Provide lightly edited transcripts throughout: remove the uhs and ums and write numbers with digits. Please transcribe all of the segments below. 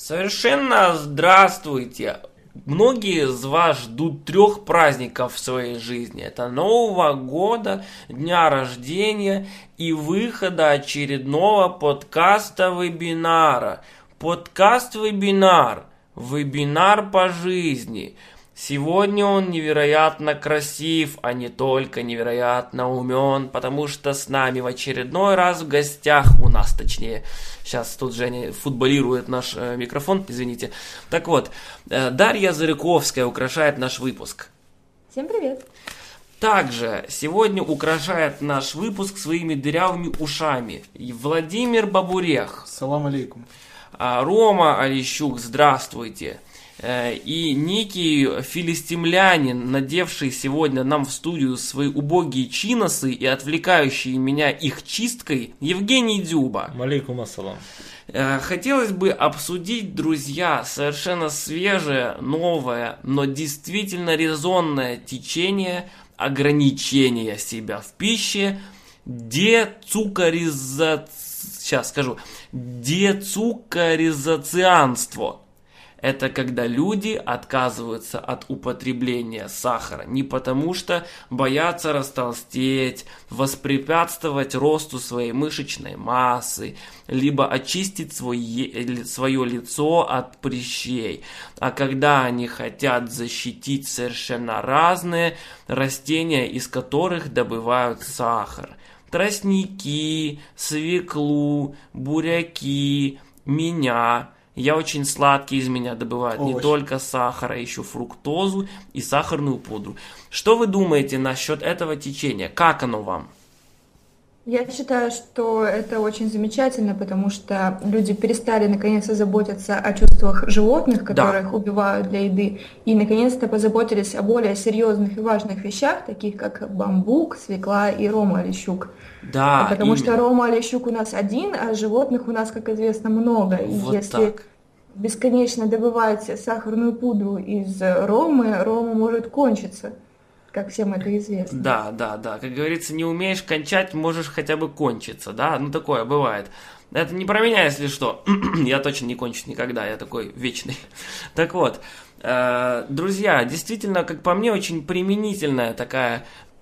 Совершенно здравствуйте! Многие из вас ждут 3 праздников в своей жизни. Это Нового года, дня рождения и выхода очередного подкаста-вебинара. Подкаст-вебинар. Вебинар по жизни. Сегодня он невероятно красив, а не только невероятно умен, потому что с нами в очередной раз в гостях, у нас точнее, сейчас тут Женя футболирует наш микрофон, извините. Так вот, Дарья Зарыковская украшает наш выпуск. Всем привет! Также сегодня украшает наш выпуск своими дырявыми ушами Владимир Бабурех. Салам алейкум. Рома Олещук, здравствуйте. И некий филистимлянин, надевший сегодня нам в студию свои убогие чиносы и отвлекающий меня их чисткой, Евгений Дзюба. Алейкум ассалам. Хотелось бы обсудить, друзья, совершенно свежее, новое, но действительно резонное течение ограничения себя в пище, децукаризацианство. Это когда люди отказываются от употребления сахара не потому, что боятся растолстеть, воспрепятствовать росту своей мышечной массы, либо очистить свое лицо от прыщей, а когда они хотят защитить совершенно разные растения, из которых добывают сахар. Тростники, свеклу, буряки, меня. Я очень сладкий, из меня добывают не только сахар, а еще фруктозу и сахарную пудру. Что вы думаете насчет этого течения? Как оно вам? Я считаю, что это очень замечательно, потому что люди перестали наконец-то заботиться о чувствах животных, которых убивают для еды, и наконец-то позаботились о более серьезных и важных вещах, таких как бамбук, свекла и Рома Олещук. Да, потому что Рома Олещук у нас один, а животных у нас, как известно, много. И вот если так. бесконечно добывать сахарную пудру из Рома может кончиться. Как всем это известно. Да. Как говорится, не умеешь кончать, можешь хотя бы кончиться, да? Ну, такое бывает. Это не про меня, если что. Я точно не кончусь никогда, я такой вечный. Так вот, друзья, действительно, как по мне, очень применительная такая...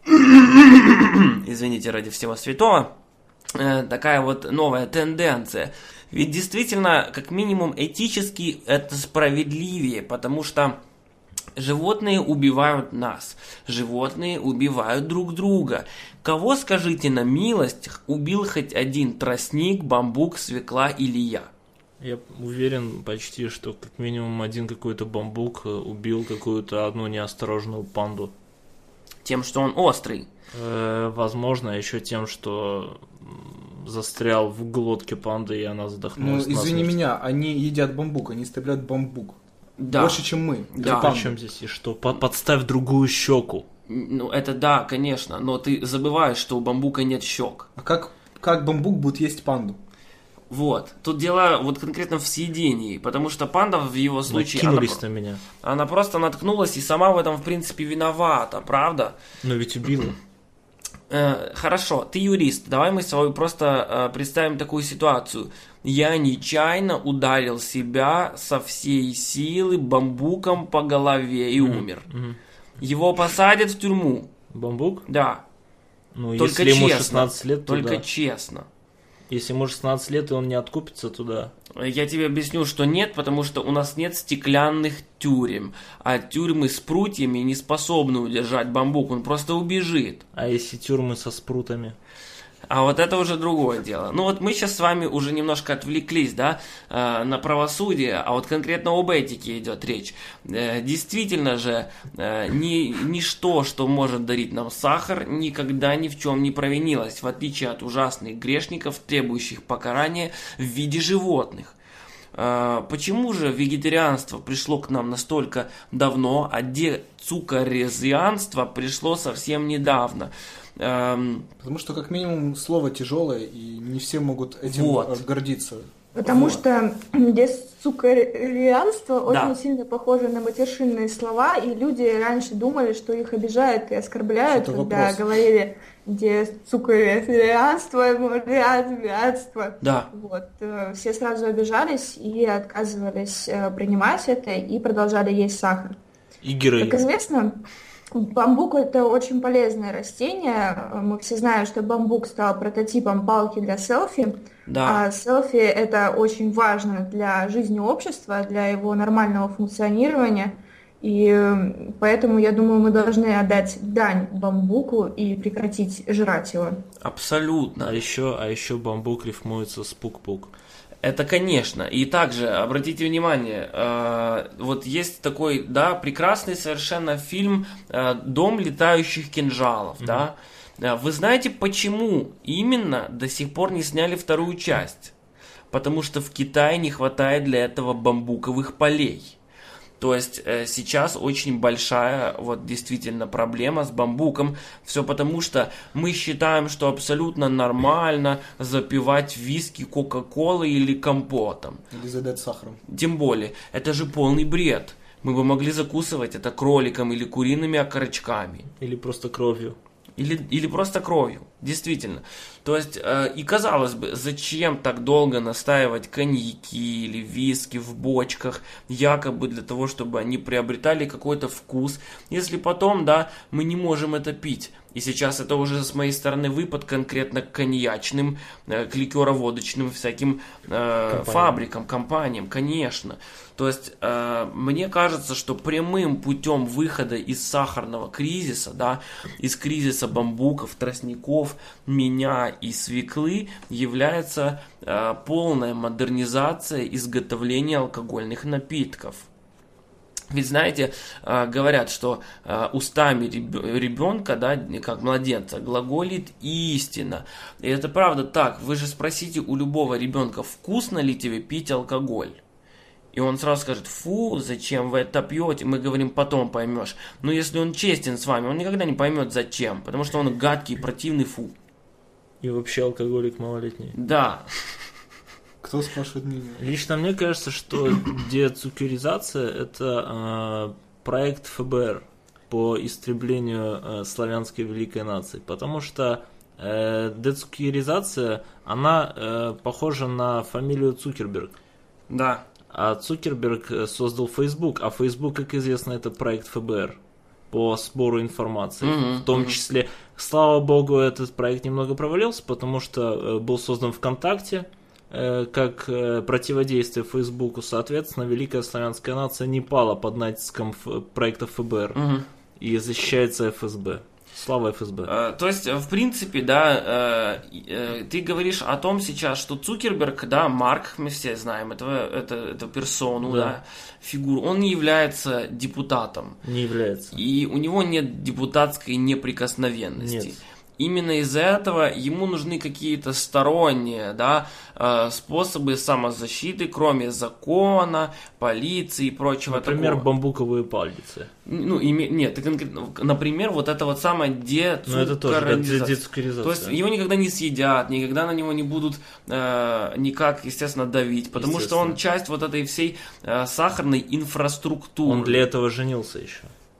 Извините, ради всего святого. Такая вот новая тенденция. Ведь действительно, как минимум, этически это справедливее, потому что животные убивают нас, животные убивают друг друга. Кого, скажите на милость, убил хоть один тростник, бамбук, свекла или я? Я уверен почти, что как минимум один какой-то бамбук убил какую-то одну неосторожную панду. Тем, что он острый? Возможно, еще тем, что застрял в глотке панды, и она задохнулась. Ну, извини меня, они едят бамбук, они истребляют бамбук. Да. Больше, чем мы. Да. Причем здесь и что? Подставь другую щеку. Ну, это да, конечно, но ты забываешь, что у бамбука нет щек. А как бамбук будет есть панду? Вот. Тут дело вот конкретно в съедении, потому что панда в его случае... Кинулись на меня. Она просто наткнулась и сама в этом, в принципе, виновата, правда? Но ведь убила. Хорошо, ты юрист, давай мы с тобой просто представим такую ситуацию. Я нечаянно ударил себя со всей силы бамбуком по голове и умер. Его посадят в тюрьму. Бамбук? Да. Ну, только если ему честно, 16 лет, то только да. честно. Если ему 16 лет, и он не откупится, то да. Я тебе объясню, что нет, потому что у нас нет стеклянных тюрем. А тюрьмы с прутьями не способны удержать бамбук, он просто убежит. А если тюрьмы со спрутами? А вот это уже другое дело. Ну вот мы сейчас с вами уже немножко отвлеклись, да, на правосудие, а вот конкретно об этике идет речь. Действительно же, ничто, что может дарить нам сахар, никогда ни в чем не провинилось, в отличие от ужасных грешников, требующих покарания в виде животных. Почему же вегетарианство пришло к нам настолько давно, а децукаризианство пришло совсем недавно? Потому что, как минимум, слово тяжелое, и не все могут этим гордиться. Потому Вот. что децукарианство Да. очень сильно похоже на матершинные слова, и люди раньше думали, что их обижают и оскорбляют, Что-то когда вопрос. говорили децукарианство, морятство. Да. Вот. Все сразу обижались и отказывались принимать это и продолжали есть сахар. И Как героин. известно, бамбук – это очень полезное растение. Мы все знаем, что бамбук стал прототипом палки для селфи. Да. А селфи – это очень важно для жизни общества, для его нормального функционирования. И поэтому, я думаю, мы должны отдать дань бамбуку и прекратить жрать его. Абсолютно. А еще бамбук рифмуется с пук-пук. Это, конечно. И также, обратите внимание, вот есть такой, да, прекрасный совершенно фильм «Дом летающих кинжалов», да. Вы знаете, почему именно до сих пор не сняли вторую часть? Потому что в Китае не хватает для этого бамбуковых полей. То есть сейчас очень большая вот действительно проблема с бамбуком. Все потому, что мы считаем, что абсолютно нормально запивать виски кока-колой или компотом. Или задать сахаром. Тем более, это же полный бред. Мы бы могли закусывать это кроликом или куриными окорочками. Или просто кровью. Или просто кровью, действительно. То есть, и казалось бы, зачем так долго настаивать коньяки или виски в бочках, якобы для того, чтобы они приобретали какой-то вкус, если потом, да, мы не можем это пить. И сейчас это уже с моей стороны выпад конкретно к коньячным, к ликероводочным всяким фабрикам, компаниям, конечно. То есть, мне кажется, что прямым путем выхода из сахарного кризиса, да, из кризиса бамбуков, тростников, меня и свеклы является полная модернизация изготовления алкогольных напитков. Ведь, знаете, говорят, что устами ребенка, да, как младенца, глаголит истина. И это правда так. Вы же спросите у любого ребенка, вкусно ли тебе пить алкоголь? И он сразу скажет: фу, зачем вы это пьете? Мы говорим: потом поймешь. Но если он честен с вами, он никогда не поймет зачем. Потому что он гадкий, противный, фу. И вообще алкоголик малолетний. Да. Кто спрашивает мнение? Лично мне кажется, что децукеризация – это проект ФБР по истреблению славянской великой нации. Потому что децукеризация, она похожа на фамилию Цукерберг. Да. А Цукерберг создал Facebook, а Facebook, как известно, это проект ФБР по сбору информации. В том числе, слава богу, этот проект немного провалился, потому что был создан ВКонтакте как противодействие Фейсбуку. Соответственно, Великая Славянская нация не пала под натиском проекта ФБР и защищается ФСБ. Слава ФСБ. То есть, в принципе, да, ты говоришь о том сейчас, что Цукерберг, да, Марк, мы все знаем, эту персону, да, фигуру, он не является депутатом. Не является. И у него нет депутатской неприкосновенности. Нет. Именно из-за этого ему нужны какие-то сторонние, да, способы самозащиты, кроме закона, полиции и прочего. Например, такого. бамбуковые пальцы. Ну, нет, например, вот это вот самое Но это тоже децукеризация. То есть его никогда не съедят, никогда на него не будут никак, естественно, давить, потому что он часть вот этой всей сахарной инфраструктуры. Он для этого женился еще.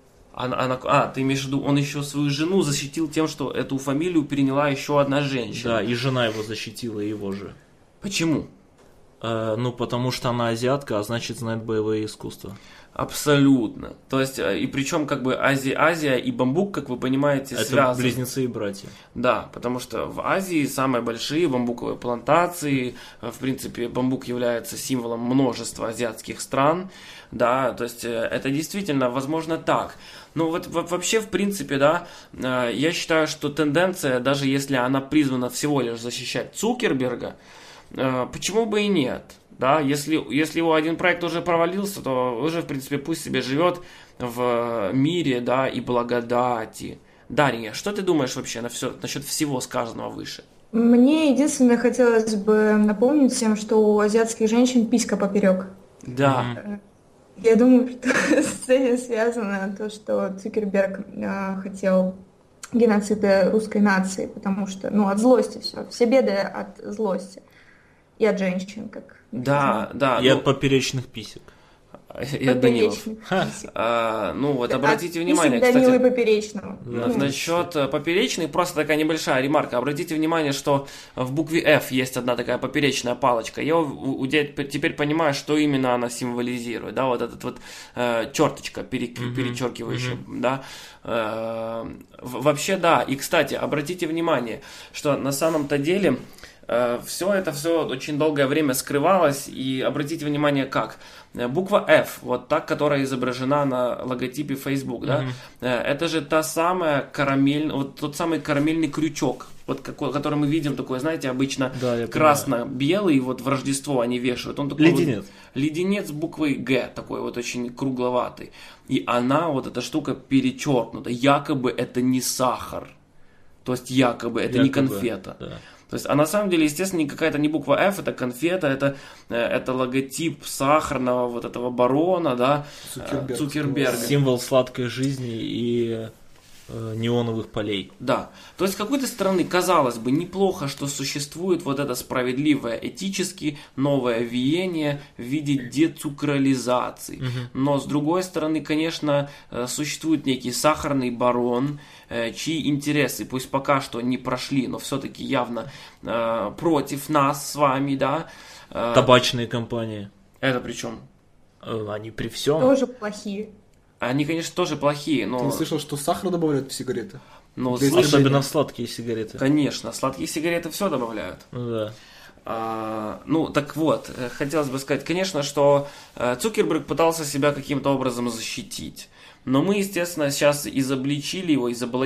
Ты имеешь в виду, он еще свою жену защитил тем, что эту фамилию переняла еще одна женщина. Да, и жена его защитила, его же. Почему? Потому что она азиатка, а значит знает боевые искусства. Абсолютно. То есть, и причем как бы Азия и бамбук, как вы понимаете, это связаны. Это близнецы и братья. Да, потому что в Азии самые большие бамбуковые плантации, в принципе, бамбук является символом множества азиатских стран, да, то есть это действительно возможно так. Но вот вообще, в принципе, да, я считаю, что тенденция, даже если она призвана всего лишь защищать Цукерберга, почему бы и нет? Да, если его один проект уже провалился, то уже, в принципе, пусть себе живет в мире, да, и благодати. Дарья, что ты думаешь вообще насчет всего сказанного выше? Мне единственное хотелось бы напомнить всем, что у азиатских женщин писька поперек. Да. Я думаю, что с этим связано то, что Цукерберг хотел геноцида русской нации, потому что, от злости все беды от злости. и от женщин, как мы все Да, знаем. да. И от поперечных писек. И от Данилов. Поперечных писек. Ну вот, обратите От внимание, писек Данилы кстати, Поперечного. Ну, насчет поперечной, просто такая небольшая ремарка. Обратите внимание, что в букве F есть одна такая поперечная палочка. Я теперь понимаю, что именно она символизирует. Да, вот этот вот черточка, перечеркивающая, да. Вообще, да. И, кстати, обратите внимание, что на самом-то деле все очень долгое время скрывалось. И обратите внимание, как. Буква F, вот та, которая изображена на логотипе Facebook, да, это же та самая вот тот самый карамельный крючок, вот который мы видим, такой, знаете, обычно Да, красно-белый, вот в Рождество они вешают. Он такой Леденец. Вот, леденец с буквой Г, такой вот очень кругловатый. И она, вот эта штука перечеркнута, якобы это не сахар, то есть якобы это не конфета. Да. То есть, а на самом деле, естественно, какая-то не буква F, это конфета, это логотип сахарного вот этого барона, да, Цукерберга. Символ сладкой жизни и неоновых полей. Да, то есть, с какой-то стороны, казалось бы, неплохо, что существует вот это справедливое этически новое веяние в виде децукрализации. Но, с другой стороны, конечно, существует некий сахарный барон, чьи интересы, пусть пока что не прошли, но все-таки явно против нас с вами, да. Табачные компании. Это при чем? Они при всем. Тоже плохие. Они, конечно, тоже плохие, но... Ты слышал, что сахар добавляют в сигареты? но Для Особенно в сладкие сигареты. Конечно, сладкие сигареты все добавляют. Ну да. Ну, так вот, хотелось бы сказать, конечно, что Цукерберг пытался себя каким-то образом защитить. Но мы, естественно, сейчас разоблачили,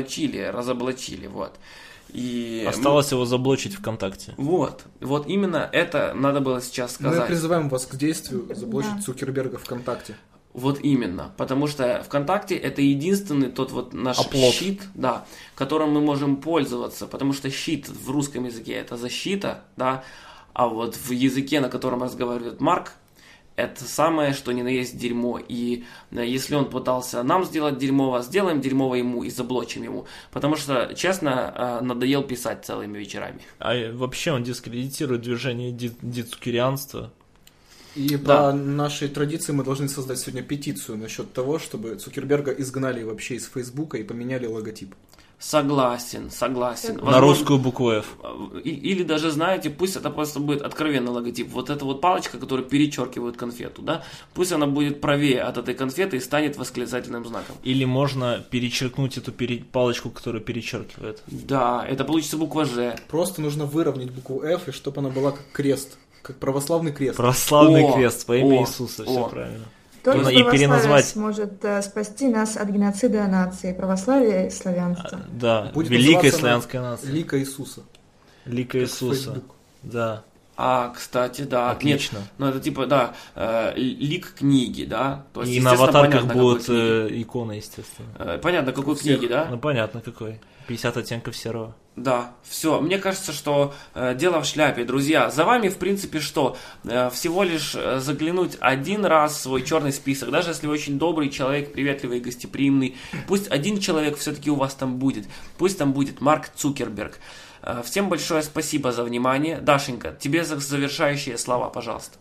вот. И Осталось его заблочить ВКонтакте. Вот именно это надо было сейчас сказать. Мы призываем вас к действию заблочить Да. Цукерберга ВКонтакте. Вот именно, потому что ВКонтакте это единственный тот вот наш Оплот. щит, да, которым мы можем пользоваться, потому что щит в русском языке это защита, да, а вот в языке, на котором разговаривает Марк, это самое, что ни на есть дерьмо. И если он пытался нам сделать дерьмово, сделаем дерьмово ему и заблочим ему. Потому что, честно, надоел писать целыми вечерами. А вообще он дискредитирует движение децукерианства. И Да. по нашей традиции мы должны создать сегодня петицию насчет того, чтобы Цукерберга изгнали вообще из Фейсбука и поменяли логотип. Согласен. На русскую букву F. Или даже, знаете, пусть это просто будет откровенный логотип. Вот эта вот палочка, которая перечеркивает конфету, да, пусть она будет правее от этой конфеты и станет восклицательным знаком. Или можно перечеркнуть эту палочку, которая перечеркивает. Да, это получится буква Ж. Просто нужно выровнять букву F, и чтобы она была как крест, как православный крест. Православный О, крест во имя о, Иисуса, о. все правильно. Только И православие переназвать. сможет спасти нас от геноцида нации, православия и славянства. Да, Будет великой называться славянской нации. Лика Иисуса. Лика Иисуса. Facebook. Да, Кстати, да. отлично. Нет, ну это типа, да, лик книги, да. То есть, И на естественно, аватарках понятно, будут какой книги. иконы, естественно. Понятно, какой всех. книги, да? Ну понятно какой. 50 оттенков серого. Да, все. Мне кажется, что дело в шляпе, друзья. За вами, в принципе, что? Всего лишь заглянуть один раз в свой черный список. Даже если вы очень добрый человек, приветливый и гостеприимный. Пусть один человек все-таки у вас там будет. Пусть там будет Марк Цукерберг. Всем большое спасибо за внимание. Дашенька, тебе завершающие слова, пожалуйста.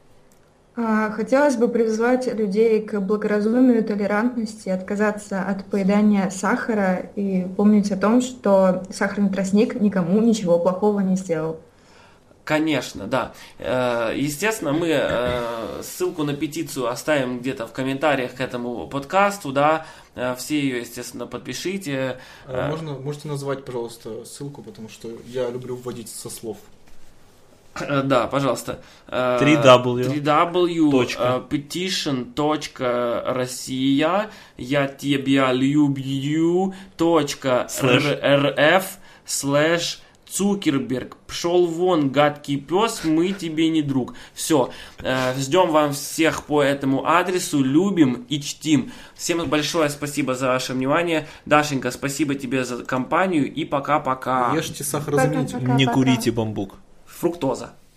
Хотелось бы призвать людей к благоразумию, толерантности, отказаться от поедания сахара и помнить о том, что сахарный тростник никому ничего плохого не сделал. Конечно, да. Естественно, мы ссылку на петицию оставим где-то в комментариях к этому подкасту, да. Все ее, естественно, подпишите. Можете назвать, пожалуйста, ссылку, потому что я люблю вводить со слов. Да, пожалуйста. 3W. petition.россия я тебя люблю .rf/ Цукерберг, пшел вон, гадкий пес, мы тебе не друг. Все, ждем вам всех по этому адресу, любим и чтим. Всем большое спасибо за ваше внимание. Дашенька, спасибо тебе за компанию и пока-пока. Ешьте сахарозаменитель. Пока-пока. Не курите бамбук. Фруктоза.